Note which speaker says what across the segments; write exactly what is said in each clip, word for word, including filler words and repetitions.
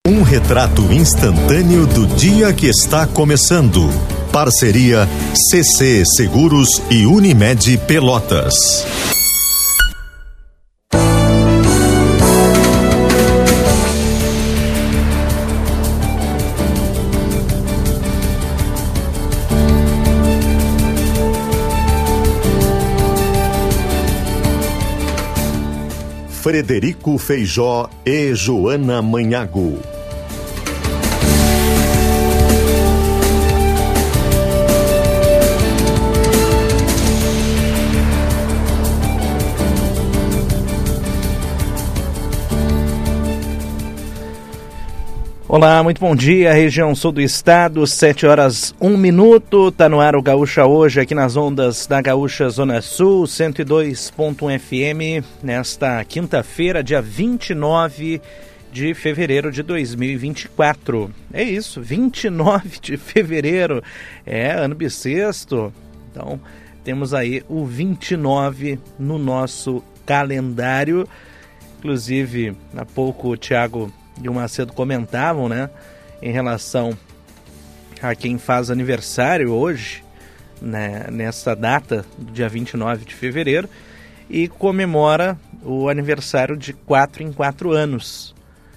Speaker 1: Um retrato instantâneo do dia que está começando. Parceria C C Seguros e Unimed Pelotas. Frederico Feijó e Joana Manhago.
Speaker 2: Olá, muito bom dia, região sul do estado, sete horas, um minuto, tá no ar o Gaúcha Hoje, aqui nas ondas da Gaúcha Zona Sul, cento e dois ponto um F M, nesta quinta-feira, dia vinte e nove de fevereiro de dois mil e vinte e quatro. É isso, vinte e nove de fevereiro, é ano bissexto, então temos aí o vinte e nove no nosso calendário. Inclusive, há pouco o Thiago e o Macedo comentavam, né, em relação a quem faz aniversário hoje, né, nessa data, dia vinte e nove de fevereiro, e comemora o aniversário de quatro em quatro anos,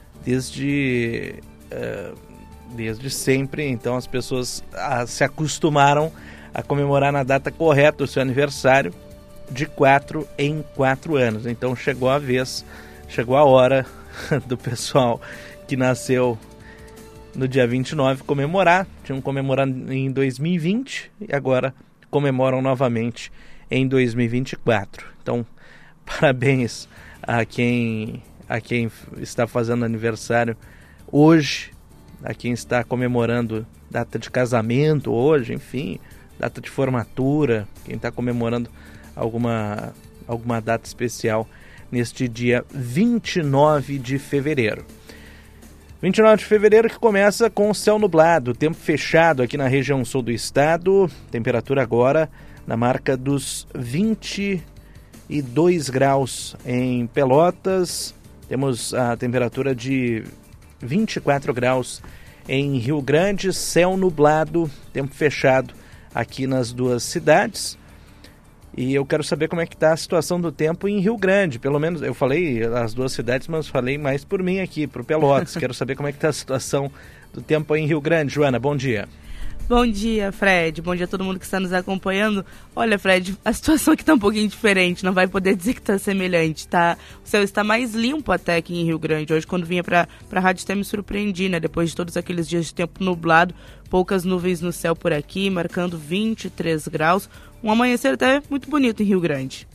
Speaker 2: desde, uh, desde sempre. Então as pessoas uh, se acostumaram a comemorar na data correta o seu aniversário, de quatro em quatro anos. Então chegou a vez, chegou a hora do pessoal que nasceu no dia vinte e nove comemorar. Tinham comemorado em dois mil e vinte e agora comemoram novamente em dois mil e vinte e quatro. Então, parabéns a quem, a quem está fazendo aniversário hoje, a quem está comemorando data de casamento hoje, enfim, data de formatura, quem está comemorando alguma, alguma data especial neste dia vinte e nove de fevereiro. vinte e nove de fevereiro que começa com céu nublado, tempo fechado aqui na região sul do estado, temperatura agora na marca dos vinte e dois graus em Pelotas, temos a temperatura de vinte e quatro graus em Rio Grande, céu nublado, tempo fechado aqui nas duas cidades. E eu quero saber como é que está a situação do tempo em Rio Grande. Pelo menos, eu falei as duas cidades, mas falei mais por mim aqui, por Pelotas. Quero saber como é que está a situação do tempo em Rio Grande. Joana, bom dia.
Speaker 3: Bom dia, Fred. Bom dia a todo mundo que está nos acompanhando. Olha, Fred, a situação aqui está um pouquinho diferente. Não vai poder dizer que está semelhante. Tá? O céu está mais limpo até aqui em Rio Grande. Hoje, quando vinha para a rádio, até me surpreendi, né? Depois de todos aqueles dias de tempo nublado, poucas nuvens no céu por aqui, marcando vinte e três graus. Um amanhecer até muito bonito em Rio Grande.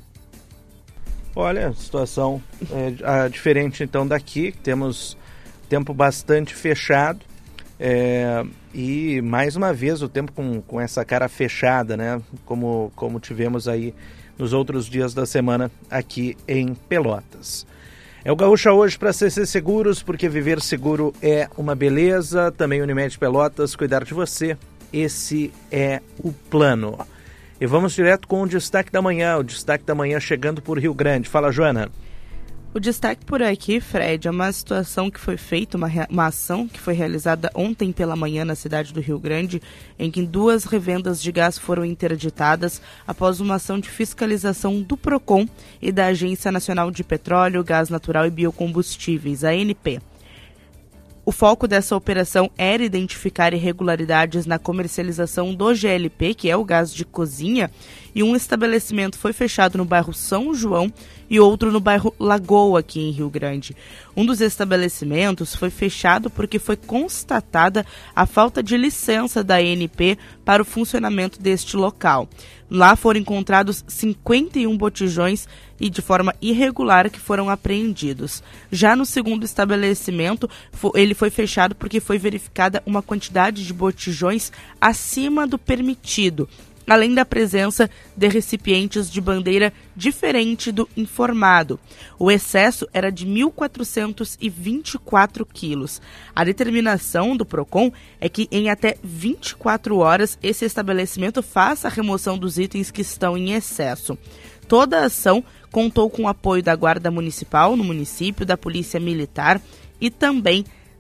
Speaker 2: Olha, situação é, diferente então daqui. Temos tempo bastante fechado. É, e mais uma vez o tempo com, com essa cara fechada, né? Como, como tivemos aí nos outros dias da semana aqui em Pelotas. É o Gaúcha Hoje para C C Seguros, porque viver seguro é uma beleza. Também Unimed Pelotas, cuidar de você, esse é o plano. E vamos direto com o destaque da manhã, o destaque da manhã chegando por Rio Grande. Fala, Joana.
Speaker 3: O destaque por aqui, Fred, é uma situação que foi feita, uma, uma ação que foi realizada ontem pela manhã na cidade do Rio Grande, em que duas revendas de gás foram interditadas após uma ação de fiscalização do Procon e da Agência Nacional de Petróleo, Gás Natural e Biocombustíveis, a ANP. O foco dessa operação era identificar irregularidades na comercialização do G L P, que é o gás de cozinha, e um estabelecimento foi fechado no bairro São João e outro no bairro Lagoa, aqui em Rio Grande. Um dos estabelecimentos foi fechado porque foi constatada a falta de licença da A N P para o funcionamento deste local. Lá foram encontrados cinquenta e um botijões e de forma irregular que foram apreendidos. Já no segundo estabelecimento, ele foi fechado porque foi verificada uma quantidade de botijões acima do permitido, além da presença de recipientes de bandeira diferente do informado. O excesso era de mil quatrocentos e vinte e quatro quilos. A determinação do Procon é que em até vinte e quatro horas esse estabelecimento faça a remoção dos itens que estão em excesso. Toda a ação contou com o apoio da Guarda Municipal no município, da Polícia Militar e também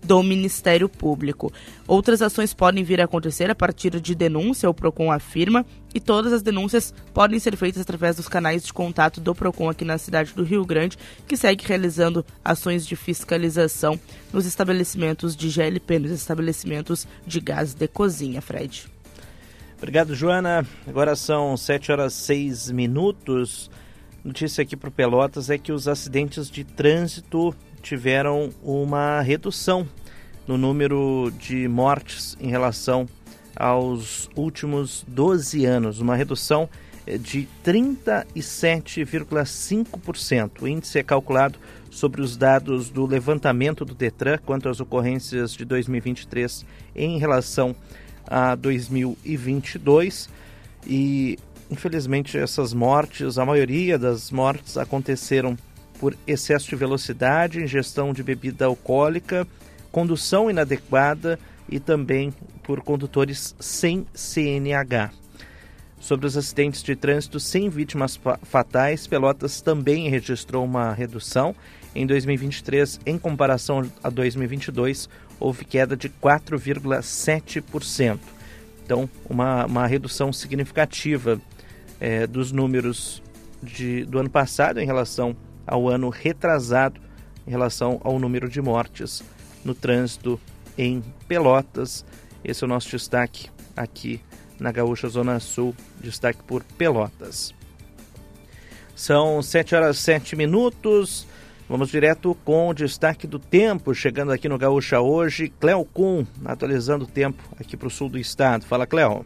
Speaker 3: do Ministério Público. Outras ações podem vir a acontecer a partir de denúncia, o PROCON afirma, e todas as denúncias podem ser feitas através dos canais de contato do PROCON aqui na cidade do Rio Grande, que segue realizando ações de fiscalização nos estabelecimentos de G L P, nos estabelecimentos de gás de cozinha. Fred.
Speaker 2: Obrigado, Joana. Agora são sete horas e seis minutos. Notícia aqui para o Pelotas é que os acidentes de trânsito tiveram uma redução no número de mortes em relação aos últimos doze anos, uma redução de trinta e sete vírgula cinco por cento. O índice é calculado sobre os dados do levantamento do Detran quanto às ocorrências de dois mil e vinte e três em relação a dois mil e vinte e dois. E, infelizmente, essas mortes, a maioria das mortes aconteceram por excesso de velocidade, ingestão de bebida alcoólica, condução inadequada e também por condutores sem C N H. Sobre os acidentes de trânsito sem vítimas fatais, Pelotas também registrou uma redução. Em dois mil e vinte e três, em comparação a dois mil e vinte e dois, houve queda de quatro vírgula sete por cento. Então, uma, uma redução significativa é, dos números de, do ano passado em relação ao ano retrasado, em relação ao número de mortes no trânsito em Pelotas. Esse é o nosso destaque aqui na Gaúcha Zona Sul, destaque por Pelotas. São sete horas e sete minutos, vamos direto com o destaque do tempo, chegando aqui no Gaúcha hoje, Cléo Kuhn, atualizando o tempo aqui para o sul do estado. Fala, Cléo.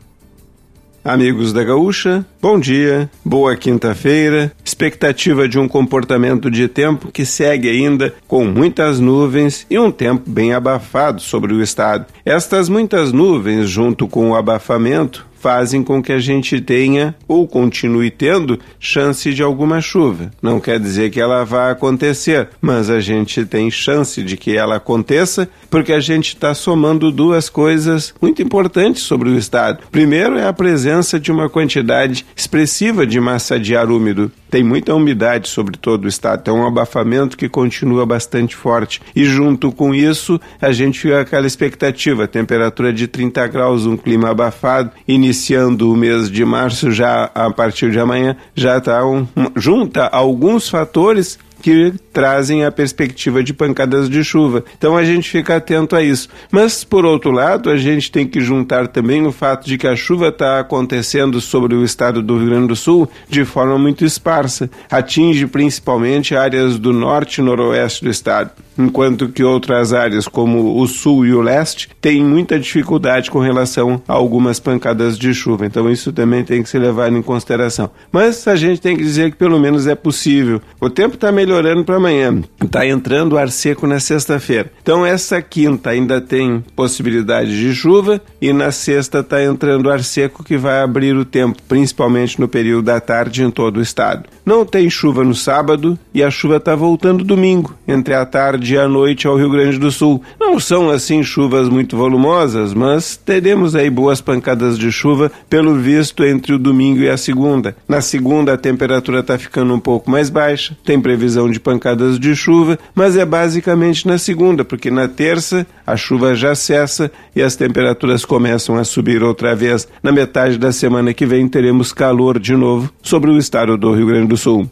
Speaker 4: Amigos da Gaúcha, bom dia, boa quinta-feira, expectativa de um comportamento de tempo que segue ainda com muitas nuvens e um tempo bem abafado sobre o estado. Estas muitas nuvens, junto com o abafamento, fazem com que a gente tenha ou continue tendo chance de alguma chuva. Não quer dizer que ela vá acontecer, mas a gente tem chance de que ela aconteça porque a gente está somando duas coisas muito importantes sobre o estado. Primeiro é a presença de uma quantidade expressiva de massa de ar úmido. Tem muita umidade sobre todo o estado, tem um abafamento que continua bastante forte. E junto com isso, a gente fica aquela expectativa, temperatura de trinta graus, um clima abafado, iniciando o mês de março, já a partir de amanhã, já está um, junta alguns fatores que trazem a perspectiva de pancadas de chuva. Então a gente fica atento a isso. Mas, por outro lado, a gente tem que juntar também o fato de que a chuva está acontecendo sobre o estado do Rio Grande do Sul de forma muito esparsa. Atinge principalmente áreas do norte e noroeste do estado, enquanto que outras áreas, como o sul e o leste, têm muita dificuldade com relação a algumas pancadas de chuva. Então isso também tem que ser levado em consideração. Mas a gente tem que dizer que pelo menos é possível. O tempo está melhorando para amanhã. Está entrando ar seco na sexta-feira. Então essa quinta ainda tem possibilidade de chuva e na sexta está entrando ar seco que vai abrir o tempo, principalmente no período da tarde em todo o estado. Não tem chuva no sábado e a chuva está voltando domingo, entre a tarde e a noite ao Rio Grande do Sul. Não são assim chuvas muito volumosas, mas teremos aí boas pancadas de chuva, pelo visto, entre o domingo e a segunda. Na segunda a temperatura está ficando um pouco mais baixa, tem previsão de pancadas de chuva, mas é basicamente na segunda, porque na terça a chuva já cessa e as temperaturas começam a subir outra vez. Na metade da semana que vem teremos calor de novo sobre o estado do Rio Grande do Sul.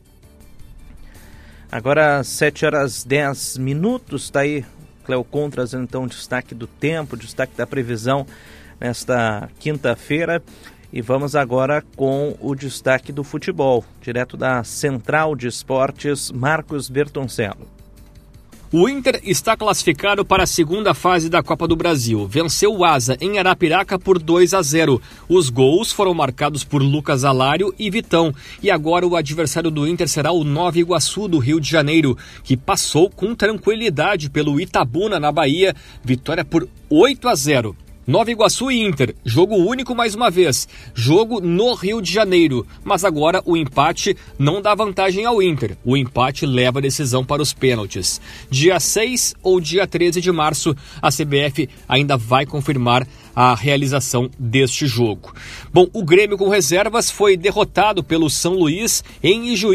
Speaker 2: Agora sete horas e dez minutos, está aí Cléo Kuhn trazendo então o destaque do tempo, destaque da previsão nesta quinta-feira. E vamos agora com o destaque do futebol, direto da Central de Esportes, Marcos Bertoncello.
Speaker 5: O Inter está classificado para a segunda fase da Copa do Brasil. Venceu o Asa em Arapiraca por dois a zero. Os gols foram marcados por Lucas Alário e Vitão. E agora o adversário do Inter será o Nova Iguaçu do Rio de Janeiro, que passou com tranquilidade pelo Itabuna na Bahia. Vitória por oito a zero. Nova Iguaçu e Inter, jogo único mais uma vez, jogo no Rio de Janeiro, mas agora o empate não dá vantagem ao Inter, o empate leva a decisão para os pênaltis. Dia seis ou dia treze de março, a C B F ainda vai confirmar a realização deste jogo. Bom, o Grêmio com reservas foi derrotado pelo São Luís em Ijuí.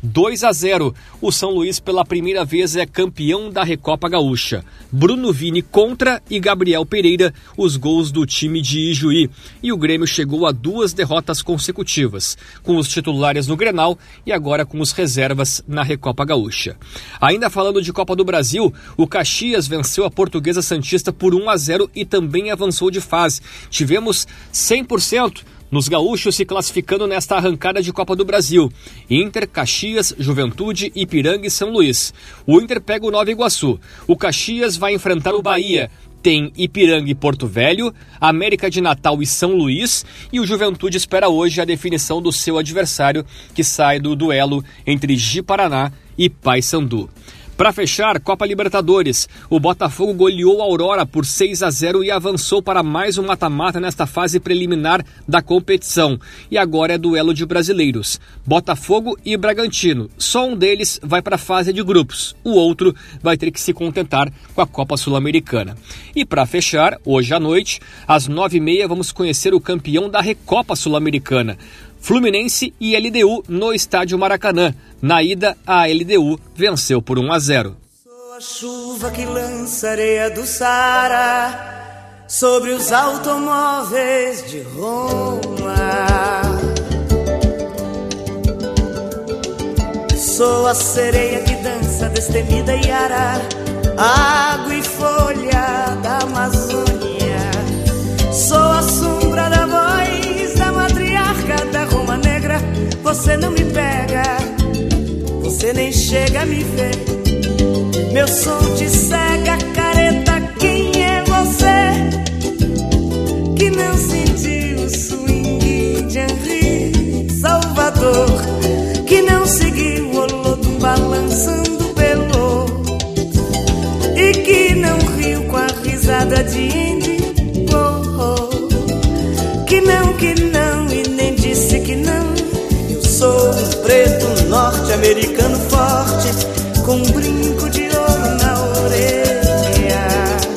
Speaker 5: dois a zero. O São Luís pela primeira vez é campeão da Recopa Gaúcha. Bruno Vini contra e Gabriel Pereira, os gols do time de Ijuí. E o Grêmio chegou a duas derrotas consecutivas, com os titulares no Grenal e agora com os reservas na Recopa Gaúcha. Ainda falando de Copa do Brasil, o Caxias venceu a Portuguesa Santista por um a zero e também avançou de fase. Tivemos cem por cento nos gaúchos se classificando nesta arrancada de Copa do Brasil. Inter, Caxias, Juventude, Ipiranga e São Luís. O Inter pega o Nova Iguaçu. O Caxias vai enfrentar o Bahia. Tem Ipiranga e Porto Velho, América de Natal e São Luís, e o Juventude espera hoje a definição do seu adversário, que sai do duelo entre Ji-Paraná e Paysandu. Para fechar, Copa Libertadores, o Botafogo goleou a Aurora por seis a zero e avançou para mais um mata-mata nesta fase preliminar da competição. E agora é duelo de brasileiros, Botafogo e Bragantino. Só um deles vai para a fase de grupos, o outro vai ter que se contentar com a Copa Sul-Americana. E para fechar, hoje à noite, às nove e meia, vamos conhecer o campeão da Recopa Sul-Americana. Fluminense e L D U no estádio Maracanã. Na ida, a L D U venceu por um a zero.
Speaker 6: Sou a chuva que lança areia do Saara sobre os automóveis de Roma. Sou a sereia que dança destemida e ara, água e folha da Amazônia. Sou a sombra da voz da matriarca da Roma Negra. Você não me pega, você nem chega a me ver. Meu som te cega, careta. Quem é você que não sentiu o swing de Henri Salvador, que não seguiu o Olodum balançando pelo, e que não riu com a risada de Indy, oh, oh. Que não, que não, e nem disse que não. Sou um preto norte-americano forte, com um brinco de ouro na orelha.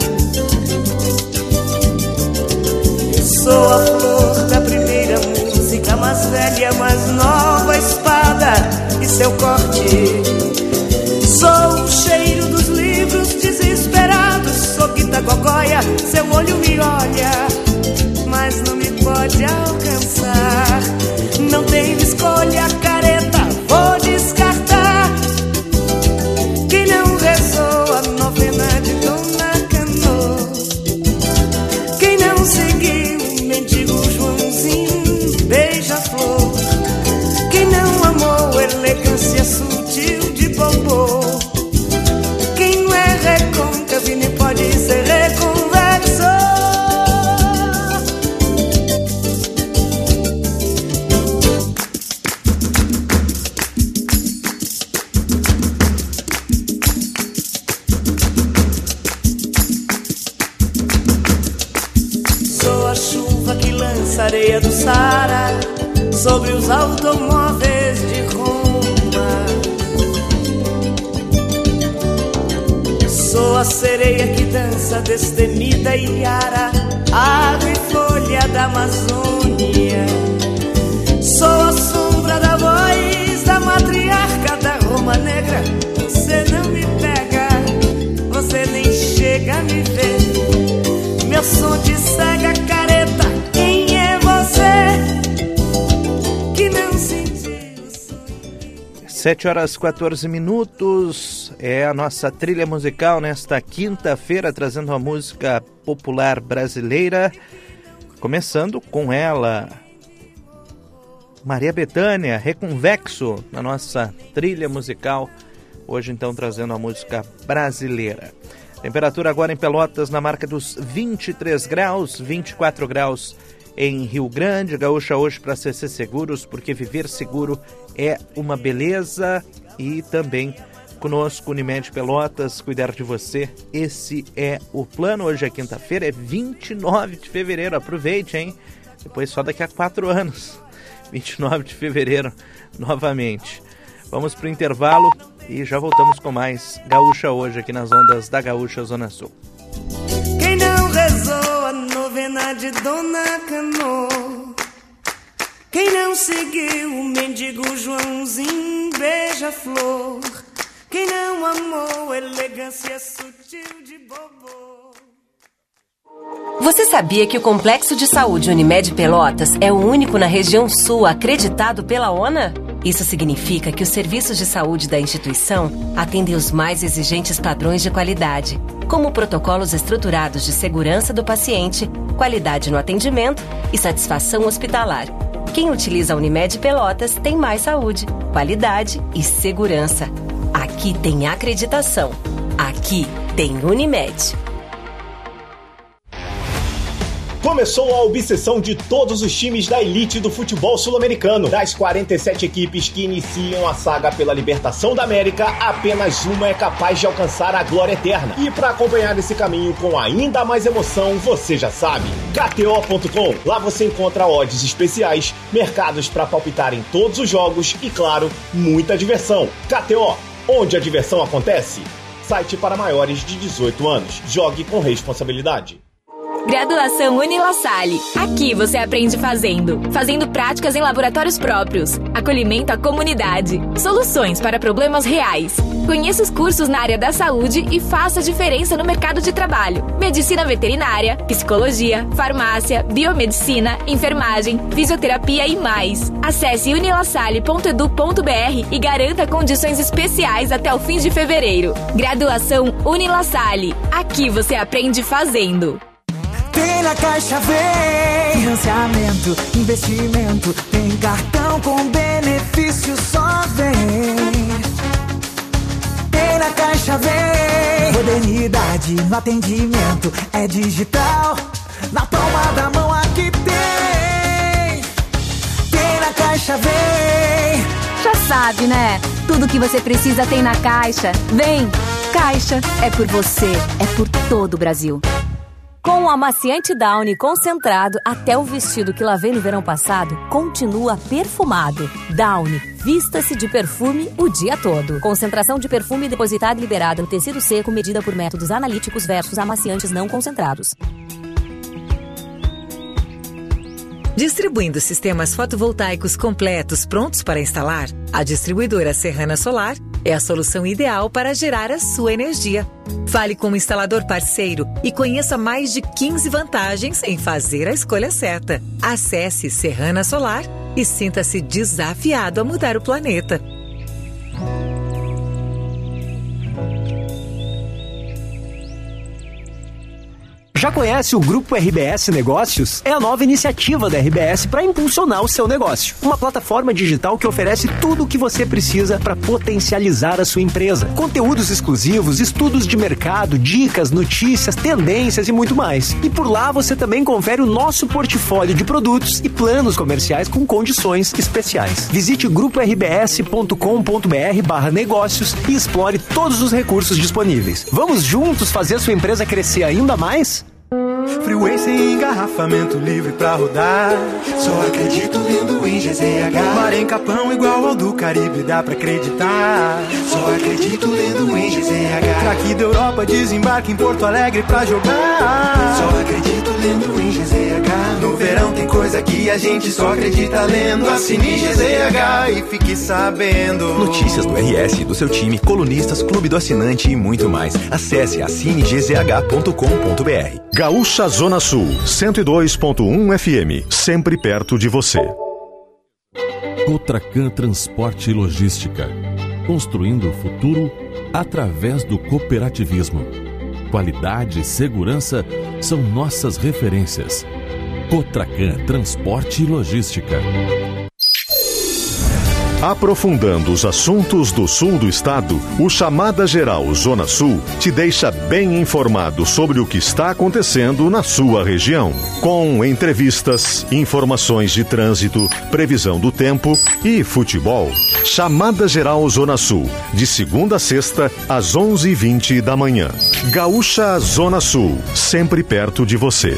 Speaker 6: Eu sou a flor da primeira música, mais velha, mais nova espada e seu corte. Sou o cheiro dos livros desesperados, sou Guita Gogóia, seu olho me olha, mas não me pode alcançar. Não tenho escolha, careta, vou descartar. Quem não rezou a novena de Dona Cano, quem não seguiu o mendigo Joãozinho beija-flor, quem não amou elegância sutil de bombô, quem não é recôncavo e nem pode ser reconvexo. Areia do Saara sobre os automóveis de Roma. Sou a sereia que dança destemida e ara, água e folha da Amazônia. Sou a sombra da voz da matriarca da Roma Negra. Você não me pega, você nem chega a me ver. Meu som te cega, careta.
Speaker 2: sete horas e quatorze minutos, é a nossa trilha musical nesta quinta-feira, trazendo a música popular brasileira, começando com ela, Maria Bethânia, Reconvexo, na nossa trilha musical, hoje então trazendo a música brasileira. Temperatura agora em Pelotas na marca dos vinte e três graus, vinte e quatro graus em Rio Grande. Gaúcha hoje para C C Seguros, porque viver seguro é uma beleza. E também conosco Unimed Pelotas, cuidar de você, esse é o plano. Hoje é quinta-feira, é vinte e nove de fevereiro, aproveite, hein? Depois só daqui a quatro anos, vinte e nove de fevereiro, novamente. Vamos para o intervalo e já voltamos com mais Gaúcha hoje aqui nas ondas da Gaúcha Zona Sul.
Speaker 6: Quem não rezou a novena de Dona Cano, Quem não seguiu o mendigo Joãozinho beija-flor? Quem não amou elegância sutil de bobô?
Speaker 7: Você sabia que o Complexo de Saúde Unimed Pelotas é o único na região sul acreditado pela ONA? Isso significa que os serviços de saúde da instituição atendem os mais exigentes padrões de qualidade, como protocolos estruturados de segurança do paciente, qualidade no atendimento e satisfação hospitalar. Quem utiliza a Unimed Pelotas tem mais saúde, qualidade e segurança. Aqui tem acreditação. Aqui tem Unimed.
Speaker 8: Começou a obsessão de todos os times da elite do futebol sul-americano. Das quarenta e sete equipes que iniciam a saga pela Libertação da América, apenas uma é capaz de alcançar a glória eterna. E para acompanhar esse caminho com ainda mais emoção, você já sabe, K T O ponto com. Lá você encontra odds especiais, mercados para palpitar em todos os jogos e, claro, muita diversão. K T O, onde a diversão acontece. Site para maiores de dezoito anos. Jogue com responsabilidade.
Speaker 9: Graduação Unilassalle. Aqui você aprende fazendo. Fazendo práticas em laboratórios próprios. Acolhimento à comunidade. Soluções para problemas reais. Conheça os cursos na área da saúde e faça a diferença no mercado de trabalho. Medicina veterinária, psicologia, farmácia, biomedicina, enfermagem, fisioterapia e mais. Acesse unilassalle ponto edu ponto br e garanta condições especiais até o fim de fevereiro. Graduação Unilassalle. Aqui você aprende fazendo.
Speaker 10: Tem na Caixa Vem financiamento, investimento, tem cartão com benefício, só vem. Tem na Caixa Vem modernidade no atendimento, é digital, na palma da mão aqui tem. Tem na Caixa Vem.
Speaker 9: Já sabe, né? Tudo que você precisa tem na Caixa. Vem! Caixa é por você, é por todo o Brasil. Com o amaciante Downy concentrado, até o vestido que lavei no verão passado continua perfumado. Downy, vista-se de perfume o dia todo. Concentração de perfume depositada e liberada no tecido seco, medida por métodos analíticos versus amaciantes não concentrados.
Speaker 11: Distribuindo sistemas fotovoltaicos completos prontos para instalar, a distribuidora Serrana Solar é a solução ideal para gerar a sua energia. Fale com o instalador parceiro e conheça mais de quinze vantagens em fazer a escolha certa. Acesse Serrana Solar e sinta-se desafiado a mudar o planeta.
Speaker 12: Já conhece o Grupo R B S Negócios? É a nova iniciativa da R B S para impulsionar o seu negócio. Uma plataforma digital que oferece tudo o que você precisa para potencializar a sua empresa. Conteúdos exclusivos, estudos de mercado, dicas, notícias, tendências e muito mais. E por lá você também confere o nosso portfólio de produtos e planos comerciais com condições especiais. Visite grupo r b s ponto com ponto b r barra negócios e explore todos os recursos disponíveis. Vamos juntos fazer a sua empresa crescer ainda mais?
Speaker 13: Freeway sem engarrafamento, livre pra rodar. Só acredito lendo em G Z H. Mar em Capão igual ao do Caribe, dá pra acreditar. Só acredito lendo em G Z H. Craque da Europa, desembarque em Porto Alegre pra jogar. Só acredito lendo em G Z H. No verão tem coisa que a gente só acredita lendo. Assine G Z H e fique sabendo.
Speaker 14: Notícias do R S, do seu time, colunistas, clube do assinante e muito mais. Acesse assine g z h ponto com ponto b r.
Speaker 1: Gaúcha Zona Sul, cento e dois ponto um F M, sempre perto de você.
Speaker 15: Cotracan Transporte e Logística, construindo o futuro através do cooperativismo. Qualidade e segurança são nossas referências. Cotracan Transporte e Logística.
Speaker 1: Aprofundando os assuntos do sul do estado, o Chamada Geral Zona Sul te deixa bem informado sobre o que está acontecendo na sua região. Com entrevistas, informações de trânsito, previsão do tempo e futebol. Chamada Geral Zona Sul, de segunda a sexta, às onze e vinte da manhã. Gaúcha Zona Sul, sempre perto de você.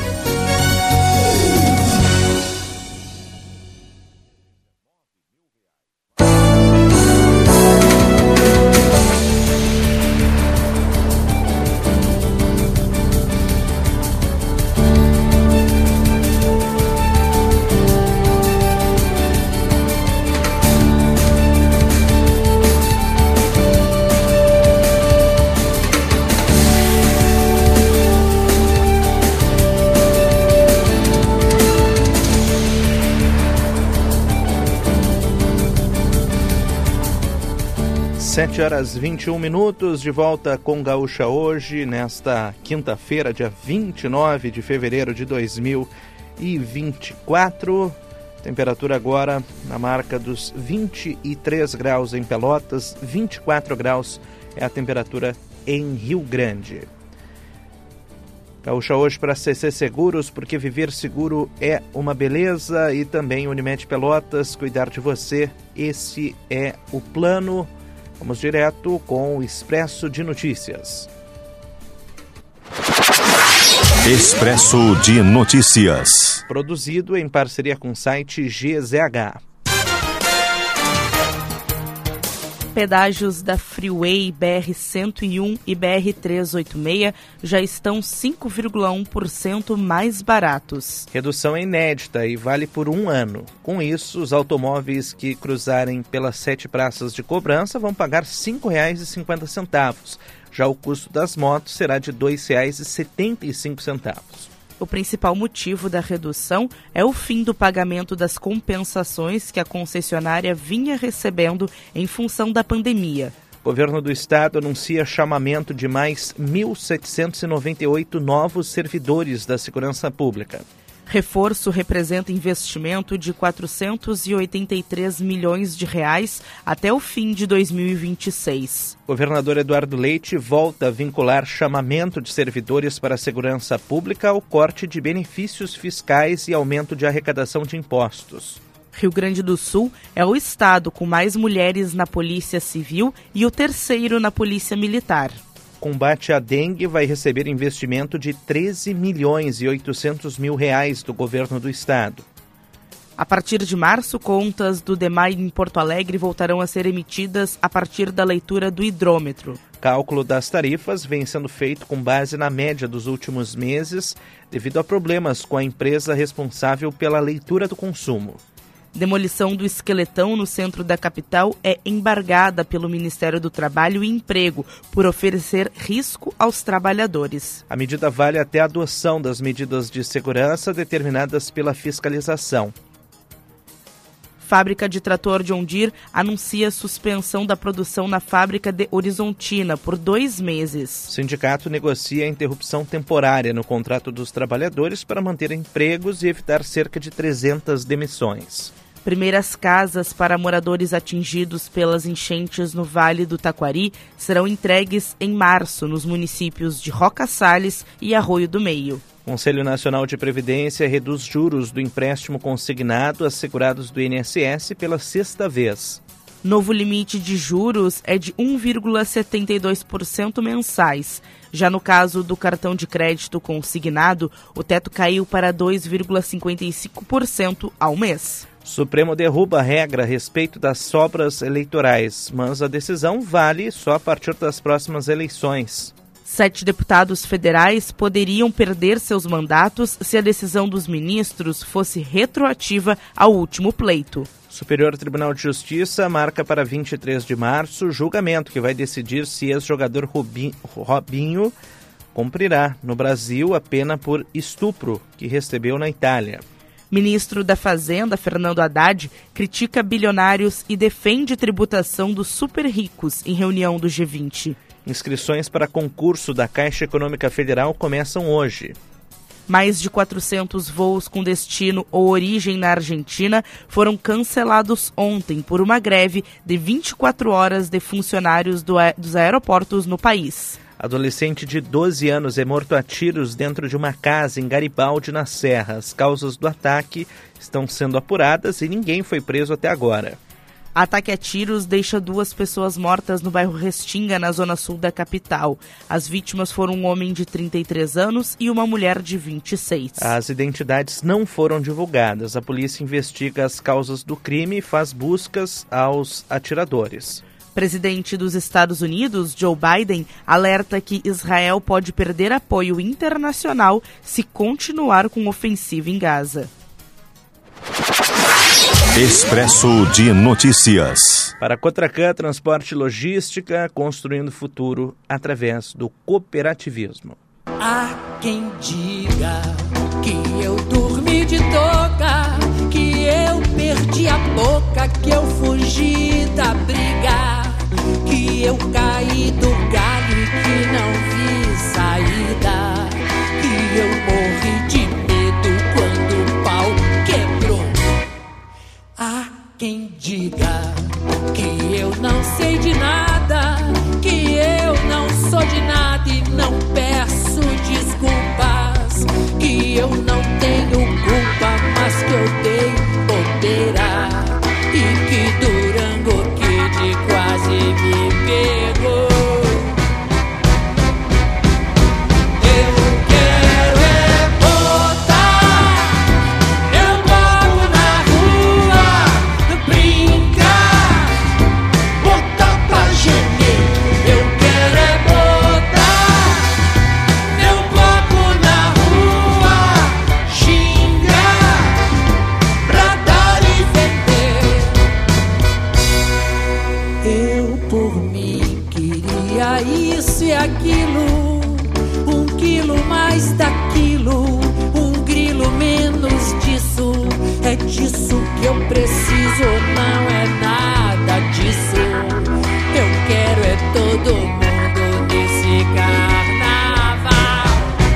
Speaker 2: sete horas e vinte e um minutos, de volta com Gaúcha hoje, nesta quinta-feira, dia vinte e nove de fevereiro de dois mil e vinte e quatro. Temperatura agora na marca dos vinte e três graus em Pelotas, vinte e quatro graus é a temperatura em Rio Grande. Gaúcha hoje para C C Seguros, porque viver seguro é uma beleza, e também Unimed Pelotas, cuidar de você, esse é o plano. Vamos direto com o Expresso de Notícias.
Speaker 1: Expresso de Notícias.
Speaker 2: Produzido em parceria com o site G Z H.
Speaker 3: Pedágios da Freeway B R cento e um e B R trezentos e oitenta e seis já estão cinco vírgula um por cento mais baratos.
Speaker 2: Redução é inédita e vale por um ano. Com isso, os automóveis que cruzarem pelas sete praças de cobrança vão pagar cinco reais e cinquenta centavos. Já o custo das motos será de dois reais e setenta e cinco centavos.
Speaker 3: O principal motivo da redução é o fim do pagamento das compensações que a concessionária vinha recebendo em função da pandemia.
Speaker 2: O governo do estado anuncia chamamento de mais mil setecentos e noventa e oito novos servidores da segurança pública.
Speaker 3: Reforço representa investimento de quatrocentos e oitenta e três milhões de reais até o fim de dois mil e vinte e seis.
Speaker 2: O governador Eduardo Leite volta a vincular chamamento de servidores para a segurança pública ao corte de benefícios fiscais e aumento de arrecadação de impostos.
Speaker 3: Rio Grande do Sul é o estado com mais mulheres na Polícia Civil e o terceiro na Polícia Militar.
Speaker 2: Combate à dengue vai receber investimento de treze milhões e oitocentos mil reais do governo do estado.
Speaker 3: A partir de março, contas do DEMAI em Porto Alegre voltarão a ser emitidas a partir da leitura do hidrômetro.
Speaker 2: Cálculo das tarifas vem sendo feito com base na média dos últimos meses, devido a problemas com a empresa responsável pela leitura do consumo.
Speaker 3: Demolição do esqueletão no centro da capital é embargada pelo Ministério do Trabalho e Emprego por oferecer risco aos trabalhadores.
Speaker 2: A medida vale até a adoção das medidas de segurança determinadas pela fiscalização.
Speaker 3: Fábrica de trator John Deere anuncia suspensão da produção na fábrica de Horizontina por dois meses.
Speaker 2: O sindicato negocia a interrupção temporária no contrato dos trabalhadores para manter empregos e evitar cerca de trezentas demissões.
Speaker 3: Primeiras casas para moradores atingidos pelas enchentes no Vale do Taquari serão entregues em março nos municípios de Roca Salles e Arroio do Meio.
Speaker 2: O Conselho Nacional de Previdência reduz juros do empréstimo consignado a segurados do I N S S pela sexta vez.
Speaker 3: Novo limite de juros é de um vírgula setenta e dois por cento mensais. Já no caso do cartão de crédito consignado, o teto caiu para dois vírgula cinquenta e cinco por cento ao mês.
Speaker 2: Supremo derruba a regra a respeito das sobras eleitorais, mas a decisão vale só a partir das próximas eleições.
Speaker 3: Sete deputados federais poderiam perder seus mandatos se a decisão dos ministros fosse retroativa ao último pleito.
Speaker 2: O Superior Tribunal de Justiça marca para vinte e três de março o julgamento que vai decidir se ex-jogador Robinho cumprirá no Brasil a pena por estupro que recebeu na Itália.
Speaker 3: Ministro da Fazenda, Fernando Haddad, critica bilionários e defende tributação dos super ricos em reunião do G vinte.
Speaker 2: Inscrições para concurso da Caixa Econômica Federal começam hoje.
Speaker 3: Mais de quatrocentos voos com destino ou origem na Argentina foram cancelados ontem por uma greve de vinte e quatro horas de funcionários do a- dos aeroportos no país.
Speaker 2: Adolescente de doze anos é morto a tiros dentro de uma casa em Garibaldi, na Serra. As causas do ataque estão sendo apuradas e ninguém foi preso até agora.
Speaker 3: Ataque a tiros deixa duas pessoas mortas no bairro Restinga, na zona sul da capital. As vítimas foram um homem de trinta e três anos e uma mulher de vinte e seis.
Speaker 2: As identidades não foram divulgadas. A polícia investiga as causas do crime e faz buscas aos atiradores.
Speaker 3: Presidente dos Estados Unidos, Joe Biden, alerta que Israel pode perder apoio internacional se continuar com ofensiva em Gaza.
Speaker 1: Expresso de Notícias.
Speaker 2: Para a Cotracan Transporte e Logística, construindo futuro através do cooperativismo.
Speaker 16: Há quem diga que eu dormi de toca, que eu perdi a boca, que eu fugi da briga. que eu caí do galho e que não vi saída, que eu morri de medo quando o pau quebrou. Há quem diga que eu não sei de nada, que eu não sou de nada e não peço desculpas, que eu não tenho culpa, mas que eu dei bobeira e que Durango Kid quase me pegou. Eu quero é botar meu bloco na rua, brincar, botar pra gemer. Eu quero é botar meu bloco na rua, xingar, pra dar e vender. Eu por mim queria isso e aquilo, um quilo mais daquilo, um grilo menos disso. É disso que eu preciso, não é nada disso. Eu quero é todo mundo nesse carnaval.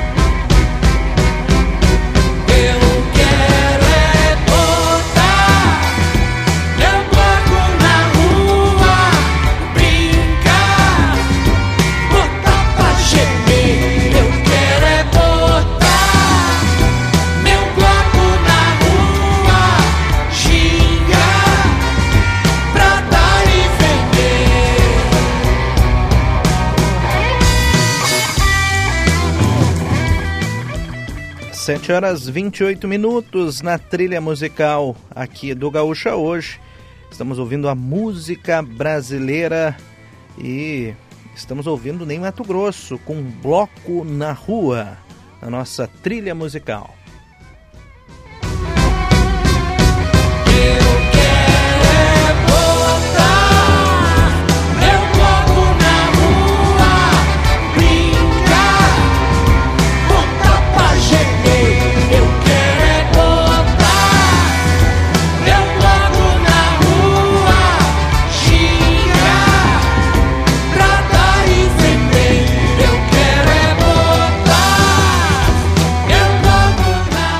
Speaker 16: Eu quero é botar meu bloco na rua, brincar, botar pra gemer. Eu quero é botar meu bloco na rua, xingar, pra dar e vender.
Speaker 2: sete horas e vinte e oito minutos na trilha musical aqui do Gaúcha Hoje. Estamos ouvindo a música brasileira e estamos ouvindo Nem Mato Grosso com Bloco na Rua, na nossa trilha musical.
Speaker 16: Meu bloco na rua, brincar, botar pra gemer. Eu quero é botar meu bloco na rua, xingar, pra dar e vender. Eu quero é botar meu bloco na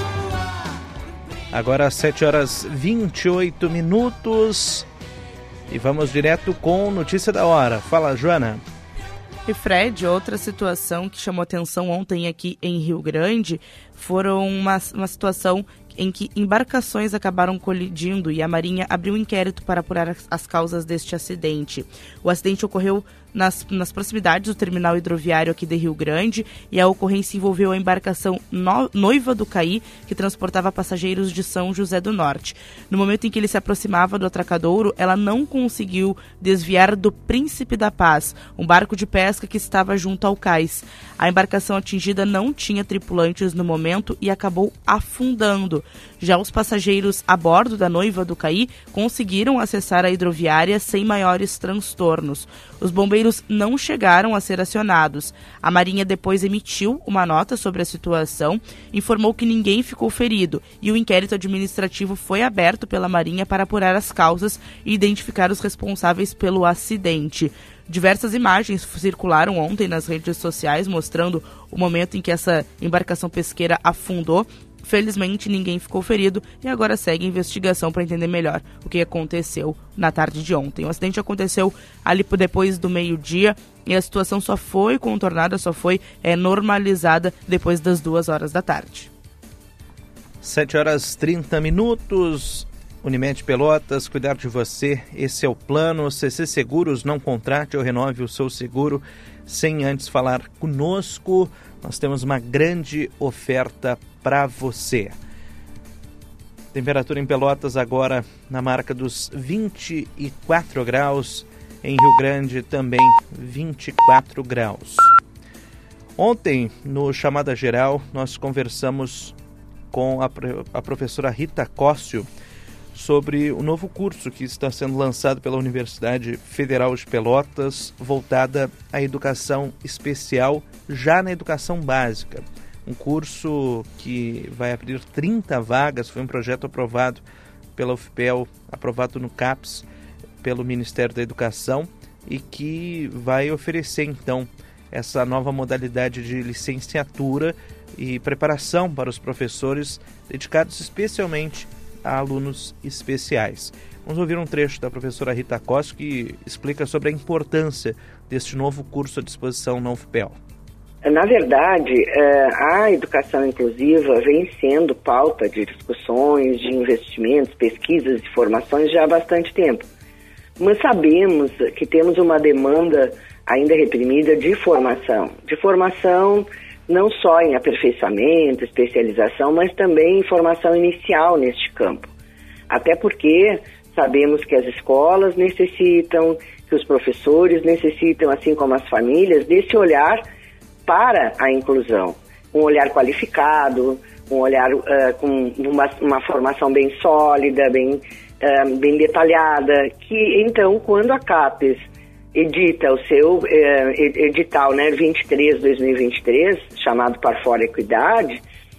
Speaker 16: rua.
Speaker 2: Agora sete horas e vinte e oito minutos e vamos direto com notícia da hora. Fala, Joana.
Speaker 3: E Fred, outra situação que chamou atenção ontem aqui em Rio Grande foram uma, uma situação em que embarcações acabaram colidindo e a Marinha abriu um inquérito para apurar as, as causas deste acidente. O acidente ocorreu nas, nas proximidades do terminal hidroviário aqui de Rio Grande e a ocorrência envolveu a embarcação no, Noiva do Caí, que transportava passageiros de São José do Norte. No momento em que ele se aproximava do atracadouro, ela não conseguiu desviar do Príncipe da Paz, um barco de pesca que estava junto ao cais. A embarcação atingida não tinha tripulantes no momento e acabou afundando. Já os passageiros a bordo da Noiva do Caí conseguiram acessar a hidroviária sem maiores transtornos. Os bombeiros não chegaram a ser acionados. A Marinha depois emitiu uma nota sobre a situação, informou que ninguém ficou ferido e o inquérito administrativo foi aberto pela Marinha para apurar as causas e identificar os responsáveis pelo acidente. Diversas imagens circularam ontem nas redes sociais mostrando o momento em que essa embarcação pesqueira afundou. Felizmente ninguém ficou ferido e agora segue a investigação para entender melhor o que aconteceu na tarde de ontem. O acidente aconteceu ali depois do meio-dia e a situação só foi contornada, só foi é, normalizada depois das duas horas da tarde.
Speaker 2: sete horas e trinta minutos. Unimed Pelotas, cuidar de você, esse é o plano. C C Seguros, não contrate ou renove o seu seguro sem antes falar conosco. Nós temos uma grande oferta para você. Temperatura em Pelotas agora na marca dos vinte e quatro graus. Em Rio Grande também vinte e quatro graus. Ontem, no Chamada Geral, nós conversamos com a, a professora Rita Cóssio sobre o novo curso que está sendo lançado pela Universidade Federal de Pelotas, voltada à educação especial, já na educação básica. Um curso que vai abrir trinta vagas, foi um projeto aprovado pela U F P E L, aprovado no CAPES, pelo Ministério da Educação, e que vai oferecer então essa nova modalidade de licenciatura e preparação para os professores dedicados especialmente a alunos especiais. Vamos ouvir um trecho da professora Rita Costa, que explica sobre a importância deste novo curso à disposição na U F P E L.
Speaker 17: Na verdade, a educação inclusiva vem sendo pauta de discussões, de investimentos, pesquisas e formações já há bastante tempo. Mas sabemos que temos uma demanda ainda reprimida de formação. De formação não só em aperfeiçoamento, especialização, mas também em formação inicial neste campo. Até porque sabemos que as escolas necessitam, que os professores necessitam, assim como as famílias, desse olhar para a inclusão. Um olhar qualificado, um olhar uh, com uma, uma formação bem sólida, bem, uh, bem detalhada, que então, quando a CAPES edita o seu uh, edital, né, vinte e três, dois mil e vinte e três, chamado Parfor Equidade,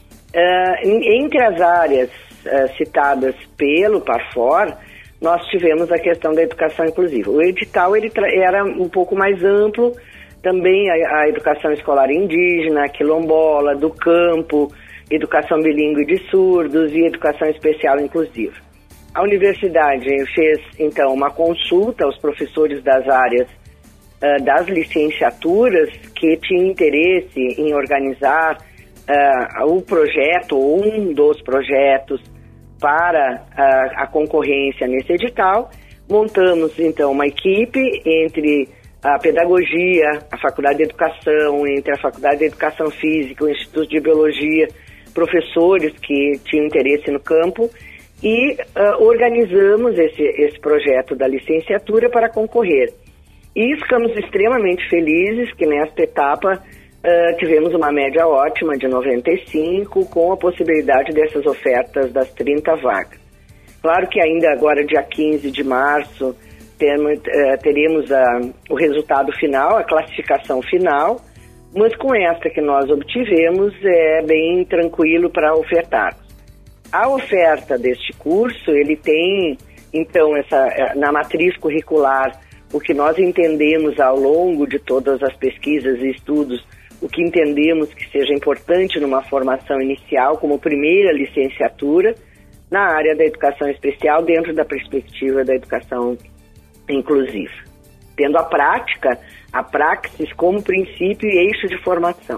Speaker 17: uh, entre as áreas uh, citadas pelo Parfor, nós tivemos a questão da educação inclusiva. O edital ele era um pouco mais amplo, também a, a educação escolar indígena, quilombola, do campo, educação bilíngue de surdos e educação especial inclusiva. A universidade fez, então, uma consulta aos professores das áreas uh, das licenciaturas que tinham interesse em organizar uh, o projeto, ou um dos projetos, para uh, a concorrência nesse edital. Montamos, então, uma equipe entre a pedagogia, a Faculdade de Educação, entre a Faculdade de Educação Física, o Instituto de Biologia, professores que tinham interesse no campo, e uh, organizamos esse, esse projeto da licenciatura para concorrer. E ficamos extremamente felizes que nesta etapa uh, tivemos uma média ótima de noventa e cinco, com a possibilidade dessas ofertas das trinta vagas. Claro que ainda agora, dia quinze de março, teremos, uh, teremos uh, o resultado final, a classificação final, mas com esta que nós obtivemos é bem tranquilo para ofertar. A oferta deste curso, ele tem, então, essa, na matriz curricular, o que nós entendemos ao longo de todas as pesquisas e estudos, o que entendemos que seja importante numa formação inicial, como primeira licenciatura, na área da educação especial, dentro da perspectiva da educação inclusiva. Tendo a prática, a praxis como princípio e eixo de formação.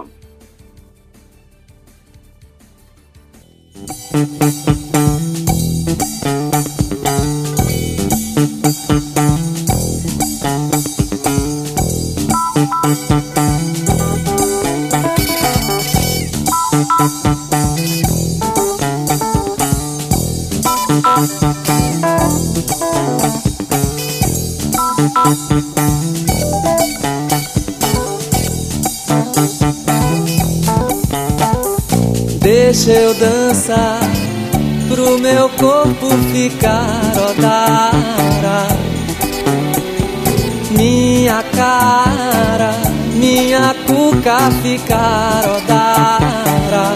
Speaker 18: Deixa eu dançar pro meu corpo ficar odara. Minha cara, minha cuca ficar odara.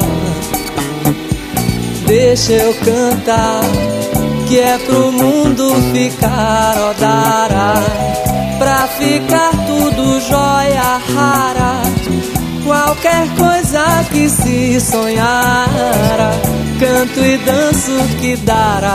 Speaker 18: Deixa eu cantar, que é pro mundo ficar odara. Pra ficar tudo jóia rara, qualquer coisa que se sonhara, canto e danço que dará.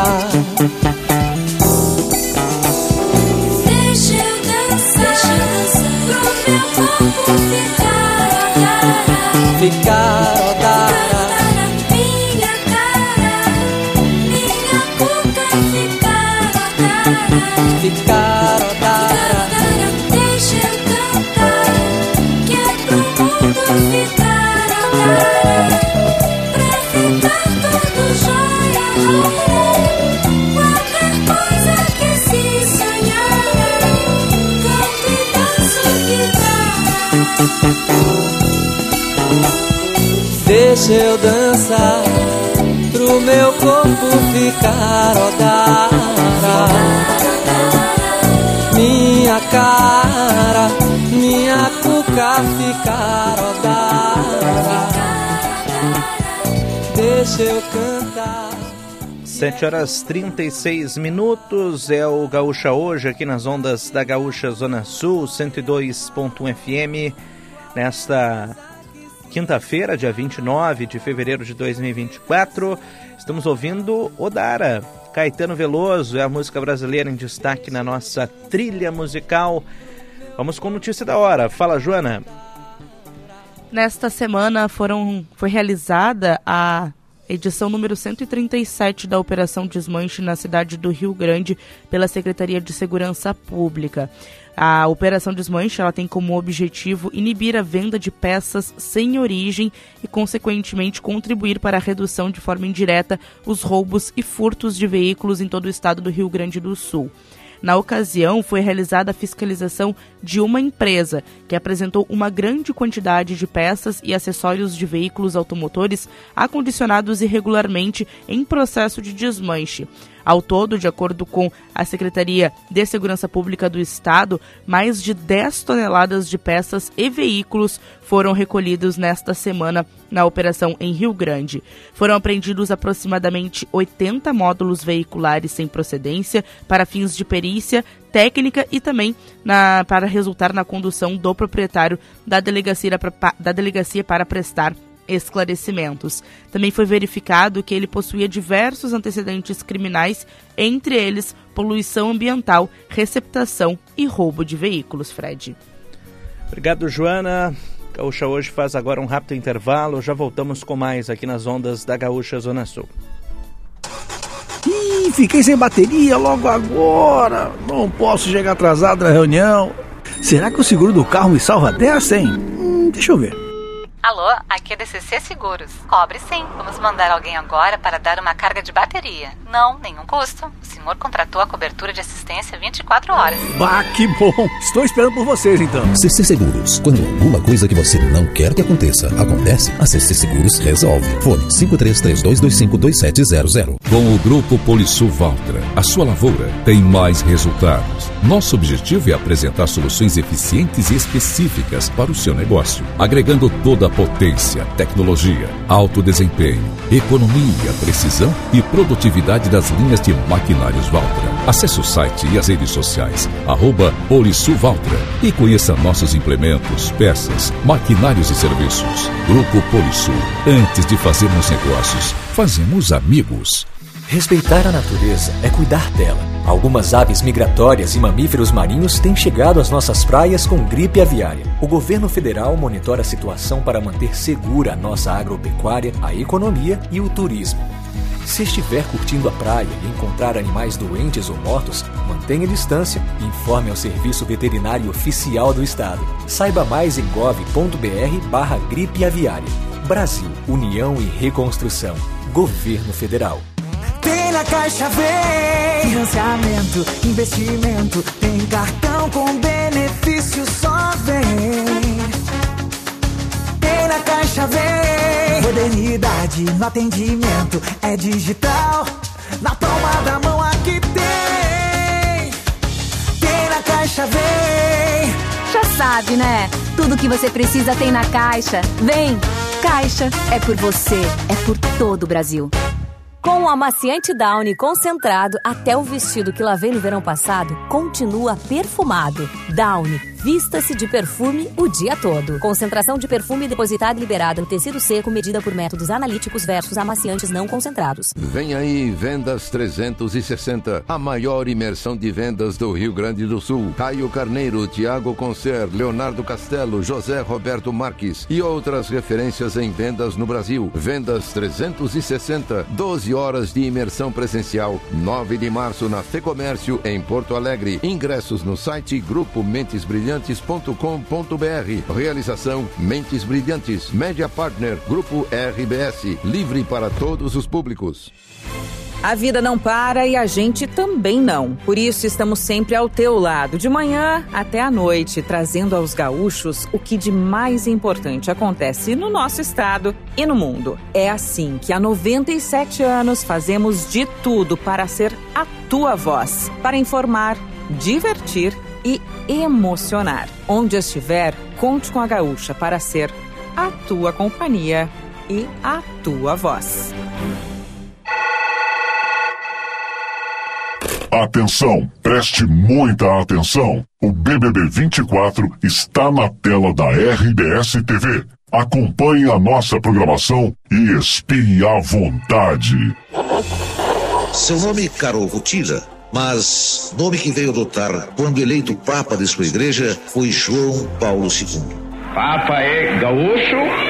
Speaker 19: Deixa eu dançar, pro meu corpo ficar odara.
Speaker 18: Ficar odara.
Speaker 19: Minha cara, minha boca ficar odara.
Speaker 18: Ficar odara.
Speaker 19: Deixa eu cantar, que é pro mundo ficar odara. Pra ficar tudo jóia rara, qualquer coisa que se sonhar, canto e danço que dá.
Speaker 18: Deixa eu dançar pro meu corpo ficar odara. Minha cara, minha cuca ficar odara. Deixa eu cantar.
Speaker 2: sete horas e trinta e seis minutos, é o Gaúcha Hoje, aqui nas ondas da Gaúcha Zona Sul, cento e dois ponto um F M, nesta quinta-feira, dia vinte e nove de fevereiro de dois mil e vinte e quatro. Estamos ouvindo Odara, Caetano Veloso, é a música brasileira em destaque na nossa trilha musical. Vamos com notícia da hora. Fala, Joana.
Speaker 3: Nesta semana foram, foi realizada a edição número cento e trinta e sete da Operação Desmanche na cidade do Rio Grande pela Secretaria de Segurança Pública. A Operação Desmanche ela tem como objetivo inibir a venda de peças sem origem e, consequentemente, contribuir para a redução de forma indireta os roubos e furtos de veículos em todo o estado do Rio Grande do Sul. Na ocasião, foi realizada a fiscalização de uma empresa que apresentou uma grande quantidade de peças e acessórios de veículos automotores acondicionados irregularmente em processo de desmanche. Ao todo, de acordo com a Secretaria de Segurança Pública do Estado, mais de dez toneladas de peças e veículos foram recolhidos nesta semana na operação em Rio Grande. Foram apreendidos aproximadamente oitenta módulos veiculares sem procedência para fins de perícia técnica e também na, para resultar na condução do proprietário da delegacia, da delegacia para prestar esclarecimentos. Também foi verificado que ele possuía diversos antecedentes criminais, entre eles poluição ambiental, receptação e roubo de veículos. Fred.
Speaker 2: Obrigado, Joana. Gaúcha Hoje faz agora um rápido intervalo. Já voltamos com mais aqui nas ondas da Gaúcha Zona Sul.
Speaker 20: Ih, fiquei sem bateria logo agora. Não posso chegar atrasado na reunião. Será que o seguro do carro me salva dessa, hein? Hum, deixa eu ver.
Speaker 21: Alô, aqui é D C C Seguros. Cobre sim. Vamos mandar alguém agora para dar uma carga de bateria. Não, nenhum custo. O senhor contratou a cobertura de assistência vinte e quatro horas.
Speaker 20: Bah, que bom. Estou esperando por vocês, então.
Speaker 22: C C Seguros. Quando alguma coisa que você não quer que aconteça, acontece, a C C Seguros resolve. Fone cinco três três dois dois cinco dois sete zero zero.
Speaker 15: Com o Grupo Polisul Valtra, a sua lavoura tem mais resultados. Nosso objetivo é apresentar soluções eficientes e específicas para o seu negócio, agregando toda a potência, tecnologia, alto desempenho, economia, precisão e produtividade das linhas de maquinários Valtra. Acesse o site e as redes sociais, arroba Polisul Valtra, e conheça nossos implementos, peças, maquinários e serviços. Grupo Polisul. Antes de fazermos negócios, fazemos amigos.
Speaker 23: Respeitar a natureza é cuidar dela. Algumas aves migratórias e mamíferos marinhos têm chegado às nossas praias com gripe aviária. O governo federal monitora a situação para manter segura a nossa agropecuária, a economia e o turismo. Se estiver curtindo a praia e encontrar animais doentes ou mortos, mantenha a distância e informe ao Serviço Veterinário Oficial do Estado. Saiba mais em gov ponto br barra gripe aviária. Brasil, União e Reconstrução. Governo Federal.
Speaker 10: Tem na Caixa Vem financiamento, investimento, tem cartão com benefício, só vem. Tem na Caixa Vem modernidade no atendimento, é digital, na palma da mão aqui tem. Tem na Caixa Vem.
Speaker 9: Já sabe, né? Tudo que você precisa tem na Caixa. Vem! Caixa é por você, é por todo o Brasil. Com o amaciante Downy concentrado, até o vestido que lavei no verão passado continua perfumado. Downy, vista-se de perfume o dia todo. Concentração de perfume depositada e liberada no tecido seco, medida por métodos analíticos versus amaciantes não concentrados.
Speaker 24: Vem aí Vendas trezentos e sessenta, a maior imersão de vendas do Rio Grande do Sul. Caio Carneiro, Tiago Concer, Leonardo Castelo, José Roberto Marques e outras referências em vendas no Brasil. Vendas trezentos e sessenta, doze horas de imersão presencial, nove de março na FEComércio, em Porto Alegre. Ingressos no site grupo mentes brilhantes ponto com ponto br. Realização Mentes Brilhantes, Média Partner, Grupo R B S, livre para todos os públicos.
Speaker 25: A vida não para e a gente também não. Por isso estamos sempre ao teu lado, de manhã até à noite, trazendo aos gaúchos o que de mais importante acontece no nosso estado e no mundo. É assim que há noventa e sete anos fazemos de tudo para ser a tua voz, para informar, divertir e emocionar. Onde estiver, conte com a Gaúcha para ser a tua companhia e a tua voz.
Speaker 4: Atenção, preste muita atenção. O B B B vinte e quatro está na tela da R B S T V. Acompanhe a nossa programação e espie à vontade.
Speaker 5: Seu nome, caro Rutila, mas nome que veio adotar quando eleito Papa de sua igreja foi João Paulo segundo.
Speaker 6: Papa é gaúcho?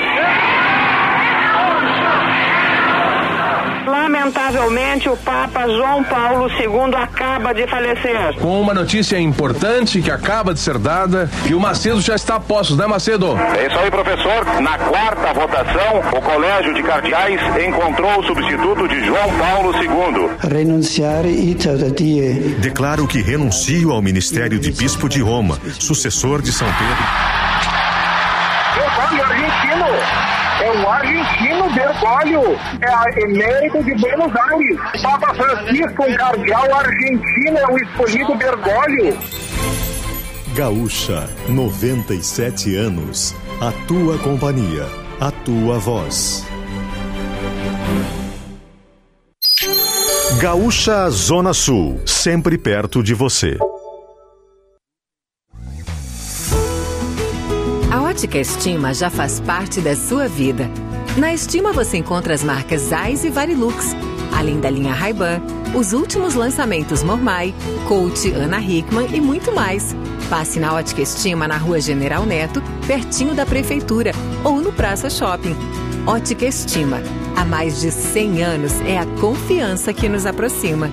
Speaker 7: Lamentavelmente, o Papa João Paulo segundo acaba de falecer.
Speaker 8: Com uma notícia importante que acaba de ser dada, que o Macedo já está a postos, né, Macedo?
Speaker 6: É isso aí, professor. Na quarta votação, o Colégio de Cardeais encontrou o substituto de João Paulo segundo.
Speaker 26: Renunciar e todavia.
Speaker 1: Declaro que renuncio ao ministério de Bispo de Roma, sucessor de São Pedro.
Speaker 7: Bergoglio argentino! É o argentino Bergoglio! É a emérito de Buenos Aires! Papa Francisco, um cardeal argentino, é o escolhido Bergoglio!
Speaker 1: Gaúcha, noventa e sete anos. A tua companhia, a tua voz. Gaúcha Zona Sul, sempre perto de você.
Speaker 11: A Ótica Estima já faz parte da sua vida. Na Estima você encontra as marcas Zeiss e Varilux, além da linha Ray-Ban, os últimos lançamentos Mormai, Coach, Ana Hickman e muito mais. Passe na Ótica Estima na Rua General Neto, pertinho da Prefeitura, ou no Praça Shopping. Ótica Estima. Há mais de cem anos é a confiança que nos aproxima.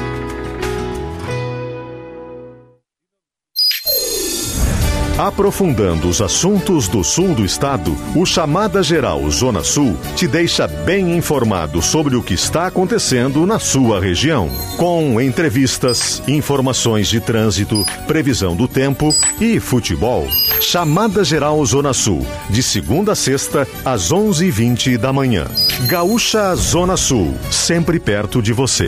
Speaker 1: Aprofundando os assuntos do sul do estado, o Chamada Geral Zona Sul te deixa bem informado sobre o que está acontecendo na sua região. Com entrevistas, informações de trânsito, previsão do tempo e futebol. Chamada Geral Zona Sul, de segunda a sexta, às onze e vinte da manhã. Gaúcha Zona Sul, sempre perto de você.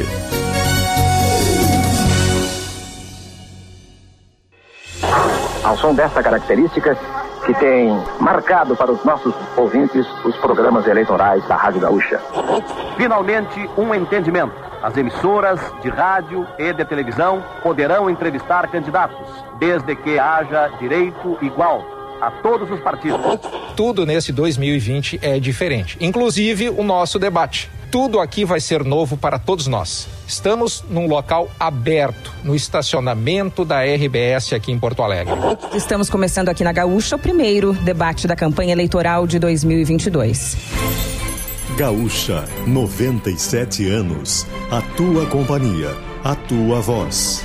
Speaker 27: Ao som dessa característica que tem marcado para os nossos ouvintes os programas eleitorais da Rádio Gaúcha.
Speaker 28: Finalmente, um entendimento. As emissoras de rádio e de televisão poderão entrevistar candidatos, desde que haja direito igual a todos os partidos.
Speaker 29: Tudo nesse dois mil e vinte é diferente, inclusive o nosso debate. Tudo aqui vai ser novo para todos nós. Estamos num local aberto, no estacionamento da R B S aqui em Porto Alegre.
Speaker 25: Estamos começando aqui na Gaúcha o primeiro debate da campanha eleitoral de dois mil e vinte e dois.
Speaker 1: Gaúcha, noventa e sete anos. A tua companhia, a tua voz.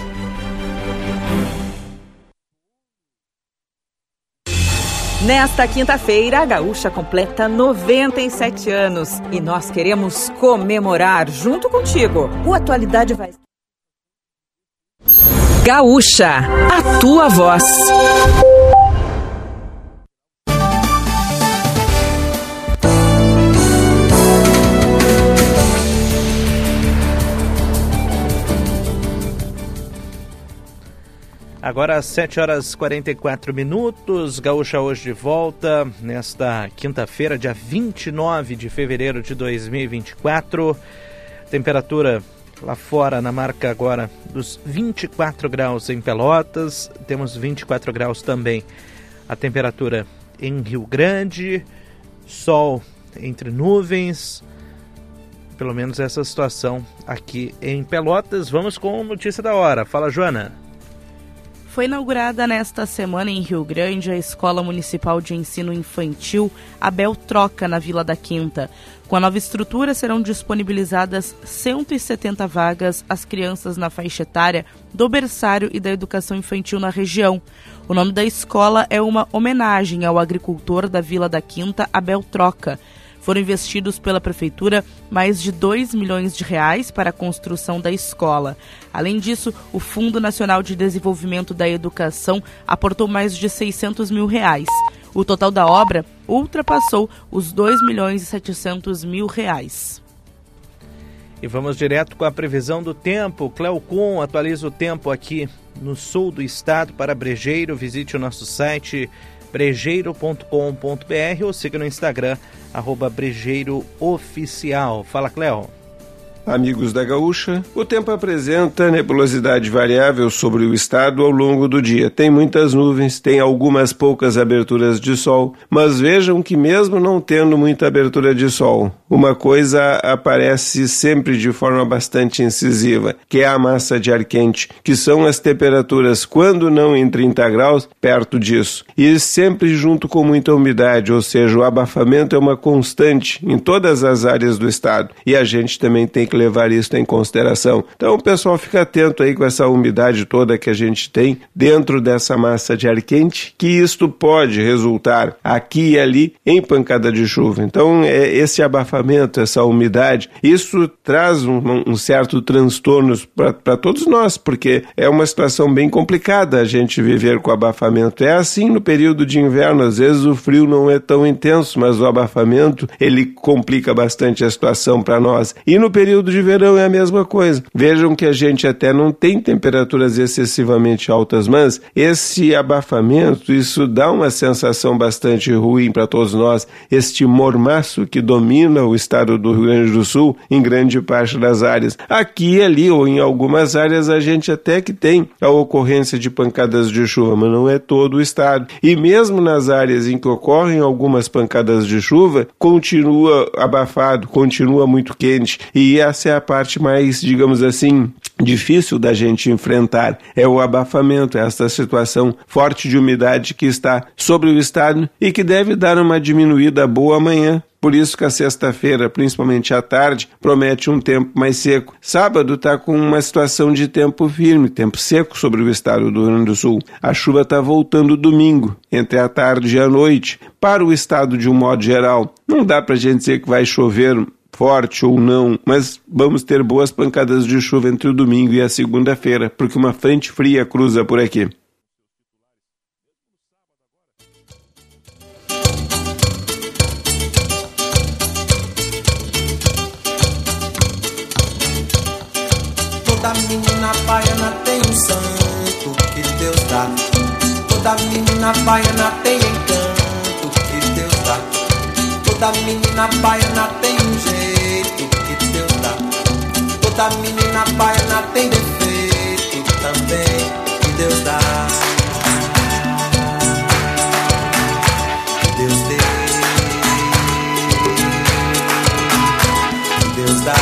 Speaker 25: Nesta quinta-feira, a Gaúcha completa noventa e sete anos e nós queremos comemorar junto contigo. O Atualidade vai... Gaúcha, a tua voz.
Speaker 2: Agora às sete horas e quarenta e quatro minutos, Gaúcha hoje de volta, nesta quinta-feira, dia vinte e nove de fevereiro de dois mil e vinte e quatro. Temperatura lá fora na marca agora dos vinte e quatro graus em Pelotas, temos vinte e quatro graus também. A temperatura em Rio Grande, sol entre nuvens, pelo menos essa situação aqui em Pelotas. Vamos com notícia da hora. Fala, Joana.
Speaker 3: Foi inaugurada nesta semana em Rio Grande a Escola Municipal de Ensino Infantil Abel Troca, na Vila da Quinta. Com a nova estrutura serão disponibilizadas cento e setenta vagas às crianças na faixa etária do berçário e da educação infantil na região. O nome da escola é uma homenagem ao agricultor da Vila da Quinta, Abel Troca. Foram investidos pela Prefeitura mais de dois milhões de reais para a construção da escola. Além disso, o Fundo Nacional de Desenvolvimento da Educação aportou mais de seiscentos mil reais. O total da obra ultrapassou os dois milhões e setecentos mil reais.
Speaker 2: E vamos direto com a previsão do tempo. Cleocum atualiza o tempo aqui no sul do estado para Brejeiro. Visite o nosso site brejeiro ponto com ponto br ou siga no Instagram, arroba Brejeiro Oficial. Fala, Cleo.
Speaker 12: Amigos da Gaúcha, o tempo apresenta nebulosidade variável sobre o estado ao longo do dia. Tem muitas nuvens, tem algumas poucas aberturas de sol, mas vejam que mesmo não tendo muita abertura de sol, uma coisa aparece sempre de forma bastante incisiva, que é a massa de ar quente, que são as temperaturas, quando não em trinta graus, perto disso. E sempre junto com muita umidade, ou seja, o abafamento é uma constante em todas as áreas do estado. E a gente também tem que levar isso em consideração. Então o pessoal fica atento aí com essa umidade toda que a gente tem dentro dessa massa de ar quente, que isto pode resultar aqui e ali em pancada de chuva. Então é esse abafamento, essa umidade, isso traz um, um certo transtorno para todos nós, porque é uma situação bem complicada a gente viver com abafamento. É assim no período de inverno, às vezes o frio não é tão intenso, mas o abafamento ele complica bastante a situação para nós. E no período de verão é a mesma coisa. Vejam que a gente até não tem temperaturas excessivamente altas, mas esse abafamento, isso dá uma sensação bastante ruim para todos nós. Este mormaço que domina o estado do Rio Grande do Sul em grande parte das áreas. Aqui e ali, ou em algumas áreas, a gente até que tem a ocorrência de pancadas de chuva, mas não é todo o estado. E mesmo nas áreas em que ocorrem algumas pancadas de chuva, continua abafado, continua muito quente. E essa é a parte mais, digamos assim, difícil da gente enfrentar. É o abafamento, essa situação forte de umidade que está sobre o estado e que deve dar uma diminuída boa amanhã. Por isso que a sexta-feira, principalmente à tarde, promete um tempo mais seco. Sábado está com uma situação de tempo firme, tempo seco sobre o estado do Rio Grande do Sul. A chuva está voltando domingo, entre a tarde e a noite. Para o estado de um modo geral, não dá para a gente dizer que vai chover forte ou não, mas vamos ter boas pancadas de chuva entre o domingo e a segunda-feira, porque uma frente fria cruza por aqui.
Speaker 13: Toda menina baiana tem um santo que Deus dá. Toda menina baiana tem encanto que Deus dá. Toda menina baiana tem um jeito que Deus dá. Toda menina baiana tem defeito também que Deus dá. Deus deu, Deus dá.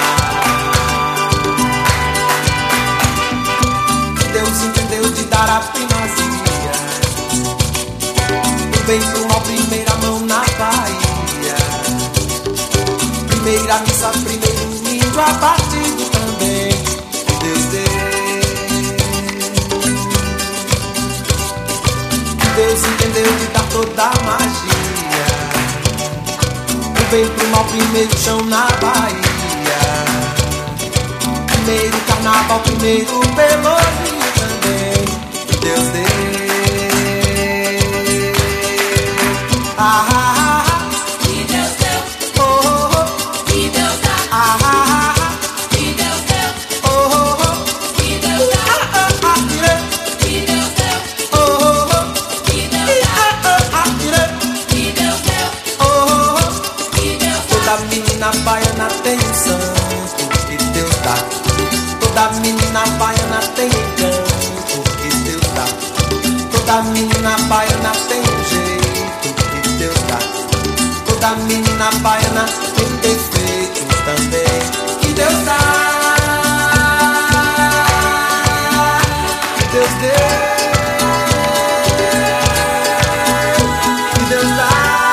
Speaker 13: Deus entendeu de dar a primazia, do bem pro mal, primeira mão na Bahia. Primeira missa, primeiro domingo abatido também. Deus deu. Deus entendeu de dar toda a magia, do bem pro mal, primeiro chão na Bahia. Primeiro carnaval, primeiro Pelourinho também. Deus deu. Ah, ah, ah. E Deus deu. Oh, oh, oh. E Deus dá. Ah, ah, ah. E Deus deu. Oh, oh, oh. E Deus dá. Ah, ah, ah. E Deus deu. Oh, oh, oh. E Deus dá. Ah, ah, ah. E Deus deu. Oh, oh, oh. E Deus dá. Toda menina baiana tem um santo que Deus dá. Toda menina baiana tem encanto que Deus dá. Toda menina baiana tem um jeito que Deus dá. Toda menina baiana tem defeito também que Deus dá. Que Deus deu. Que Deus dá.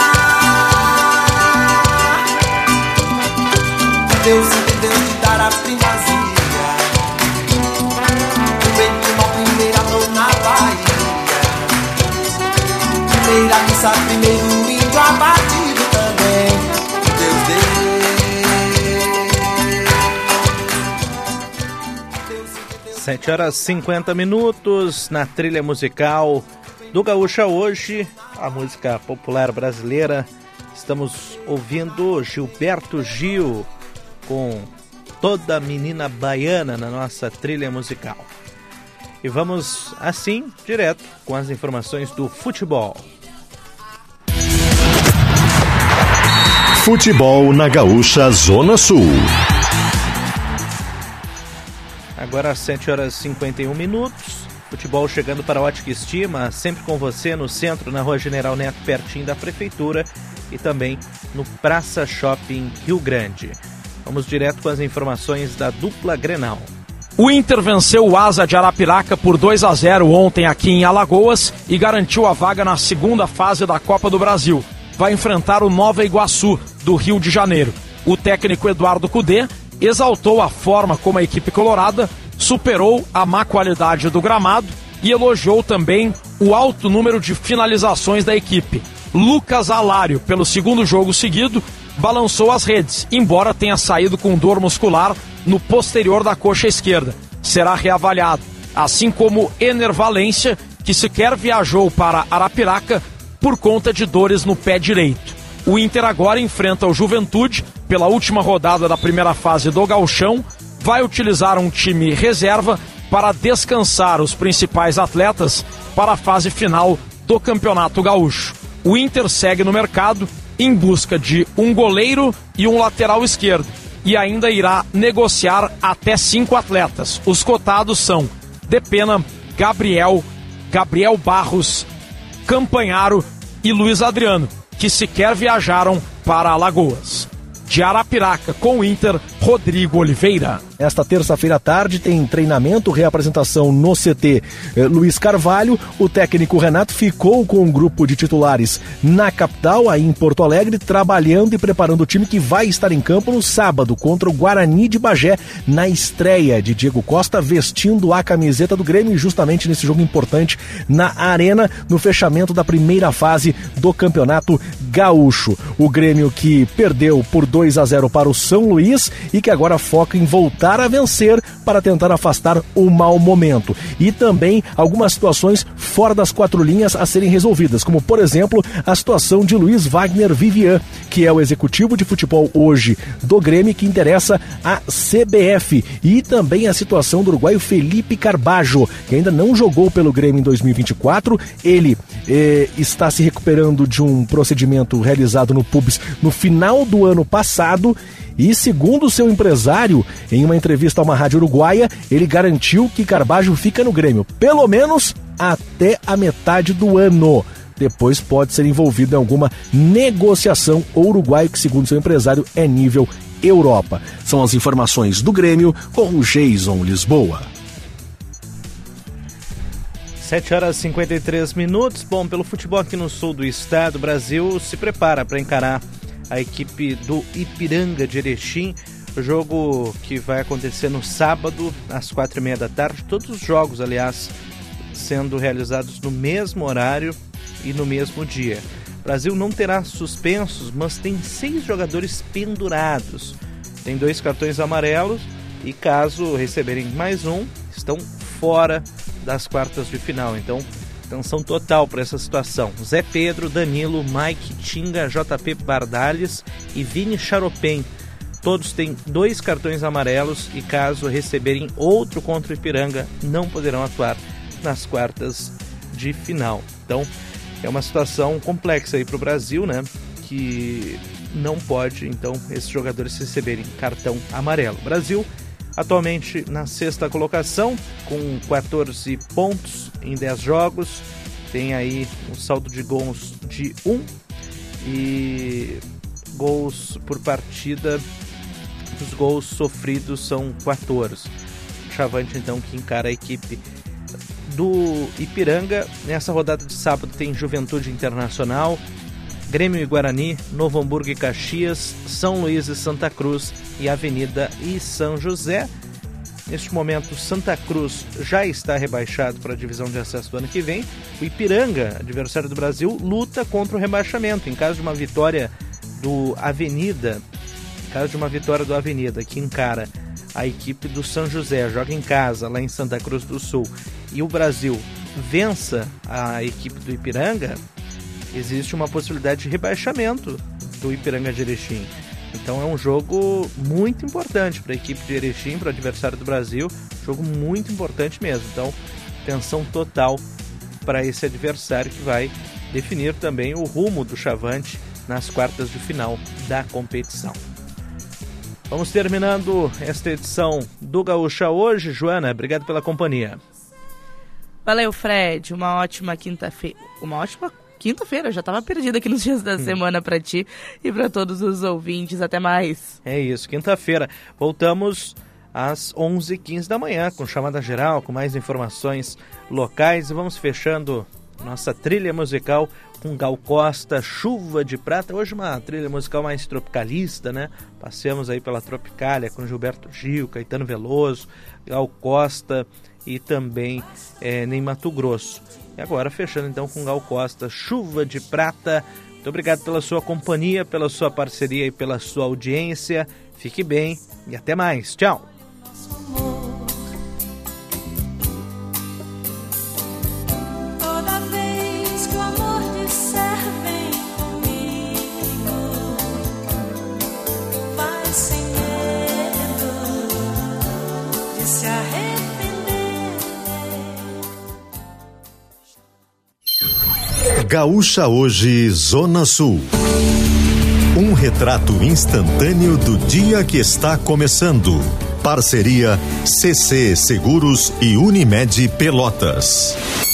Speaker 13: Que Deus entendeu de dar a primazia, primeira missa, primeiro indo abatido também. Deus
Speaker 2: deu. Sete horas e cinquenta minutos na trilha musical do Gaúcha Hoje, a música popular brasileira. Estamos ouvindo Gilberto Gil com Toda Menina Baiana na nossa trilha musical. E vamos, assim, direto com as informações do futebol.
Speaker 1: Futebol na Gaúcha Zona Sul.
Speaker 2: Agora às sete horas e cinquenta e um minutos. Futebol chegando para a Ótica Estima, sempre com você no centro, na Rua General Neto, pertinho da Prefeitura, e também no Praça Shopping Rio Grande. Vamos direto com as informações da dupla Grenal.
Speaker 14: O Inter venceu o Asa de Arapiraca por dois a zero ontem aqui em Alagoas e garantiu a vaga na segunda fase da Copa do Brasil. Vai enfrentar o Nova Iguaçu, do Rio de Janeiro. O técnico Eduardo Cudê exaltou a forma como a equipe colorada superou a má qualidade do gramado e elogiou também o alto número de finalizações da equipe. Lucas Alário, pelo segundo jogo seguido, balançou as redes, embora tenha saído com dor muscular no posterior da coxa esquerda. Será reavaliado, assim como Ener Valência, que sequer viajou para Arapiraca por conta de dores no pé direito. O Inter agora enfrenta o Juventude pela última rodada da primeira fase do Gauchão, vai utilizar um time reserva para descansar os principais atletas para a fase final do Campeonato Gaúcho. O Inter segue no mercado em busca de um goleiro e um lateral esquerdo e ainda irá negociar até cinco atletas. Os cotados são Depena, Gabriel, Gabriel Barros, Campanharo e Luiz Adriano, que sequer viajaram para Alagoas. De Arapiraca com o Inter, Rodrigo Oliveira.
Speaker 15: Esta terça-feira à tarde tem treinamento, reapresentação no C T eh, Luiz Carvalho. O técnico Renato ficou com um grupo de titulares na capital, aí em Porto Alegre, trabalhando e preparando o time que vai estar em campo no sábado contra o Guarani de Bagé, na estreia de Diego Costa, vestindo a camiseta do Grêmio, justamente nesse jogo importante na Arena, no fechamento da primeira fase do Campeonato Gaúcho. O Grêmio que perdeu por dois a zero para o São Luís e que agora foca em voltar a vencer para tentar afastar o mau momento. E também algumas situações fora das quatro linhas a serem resolvidas, como por exemplo a situação de Luiz Wagner Vivian, que é o executivo de futebol hoje do Grêmio, que interessa a C B F, e também a situação do uruguaio Felipe Carbajo, que ainda não jogou pelo Grêmio em dois mil e vinte e quatro. Ele eh, está se recuperando de um procedimento realizado no pubis no final do ano passado. E segundo seu empresário, em uma entrevista a uma rádio uruguaia, ele garantiu que Carbajo fica no Grêmio, pelo menos até a metade do ano. Depois pode ser envolvido em alguma negociação. O uruguaio, que segundo seu empresário é nível Europa. São as informações do Grêmio com o Jason Lisboa.
Speaker 2: sete horas e cinquenta e três minutos. Bom, pelo futebol aqui no sul do estado, o Brasil se prepara para encarar a equipe do Ipiranga de Erechim, o jogo que vai acontecer no sábado, às quatro e meia da tarde. Todos os jogos, aliás, sendo realizados no mesmo horário e no mesmo dia. O Brasil não terá suspensos, mas tem seis jogadores pendurados. Tem dois cartões amarelos e, caso receberem mais um, estão fora das quartas de final. Então, atenção total para essa situação. Zé Pedro, Danilo, Mike, Tinga, J P Bardales e Vini Charopem. Todos têm dois cartões amarelos e, caso receberem outro contra o Ipiranga, não poderão atuar nas quartas de final. Então, é uma situação complexa aí para o Brasil, né? Que não pode, então, esses jogadores receberem cartão amarelo. Brasil atualmente na sexta colocação, com quatorze pontos em dez jogos, tem aí um saldo de gols de um e gols por partida, os gols sofridos são quatorze. Chavante, então, que encara a equipe do Ipiranga. Nessa rodada de sábado tem Juventude Internacional, Grêmio e Guarani, Novo Hamburgo e Caxias, São Luís e Santa Cruz e Avenida e São José. Neste momento, Santa Cruz já está rebaixado para a divisão de acesso do ano que vem. O Ipiranga, adversário do Brasil, luta contra o rebaixamento. Em caso de uma vitória do Avenida, em caso de uma vitória do Avenida, que encara a equipe do São José, joga em casa, lá em Santa Cruz do Sul, e o Brasil vença a equipe do Ipiranga, existe uma possibilidade de rebaixamento do Ipiranga de Erechim. Então é um jogo muito importante para a equipe de Erechim, para o adversário do Brasil, jogo muito importante mesmo. Então, atenção total para esse adversário que vai definir também o rumo do Chavante nas quartas de final da competição. Vamos terminando esta edição do Gaúcha Hoje. Joana, obrigado pela companhia.
Speaker 3: Valeu, Fred. Uma ótima quinta-feira. Uma ótima quinta-feira. Já estava perdida aqui nos dias da hum. semana para ti e para todos os ouvintes. Até mais.
Speaker 2: É isso, quinta-feira. Voltamos às onze e quinze da manhã com chamada geral, com mais informações locais. E vamos fechando nossa trilha musical com Gal Costa, Chuva de Prata. Hoje uma trilha musical mais tropicalista, né? Passeamos aí pela Tropicália com Gilberto Gil, Caetano Veloso, Gal Costa e também é, Ney Mato Grosso. E agora fechando então com Gal Costa, Chuva de Prata. Muito obrigado pela sua companhia, pela sua parceria e pela sua audiência. Fique bem e até mais. Tchau!
Speaker 1: Gaúcha Hoje, Zona Sul. Um retrato instantâneo do dia que está começando. Parceria C C Seguros e Unimed Pelotas.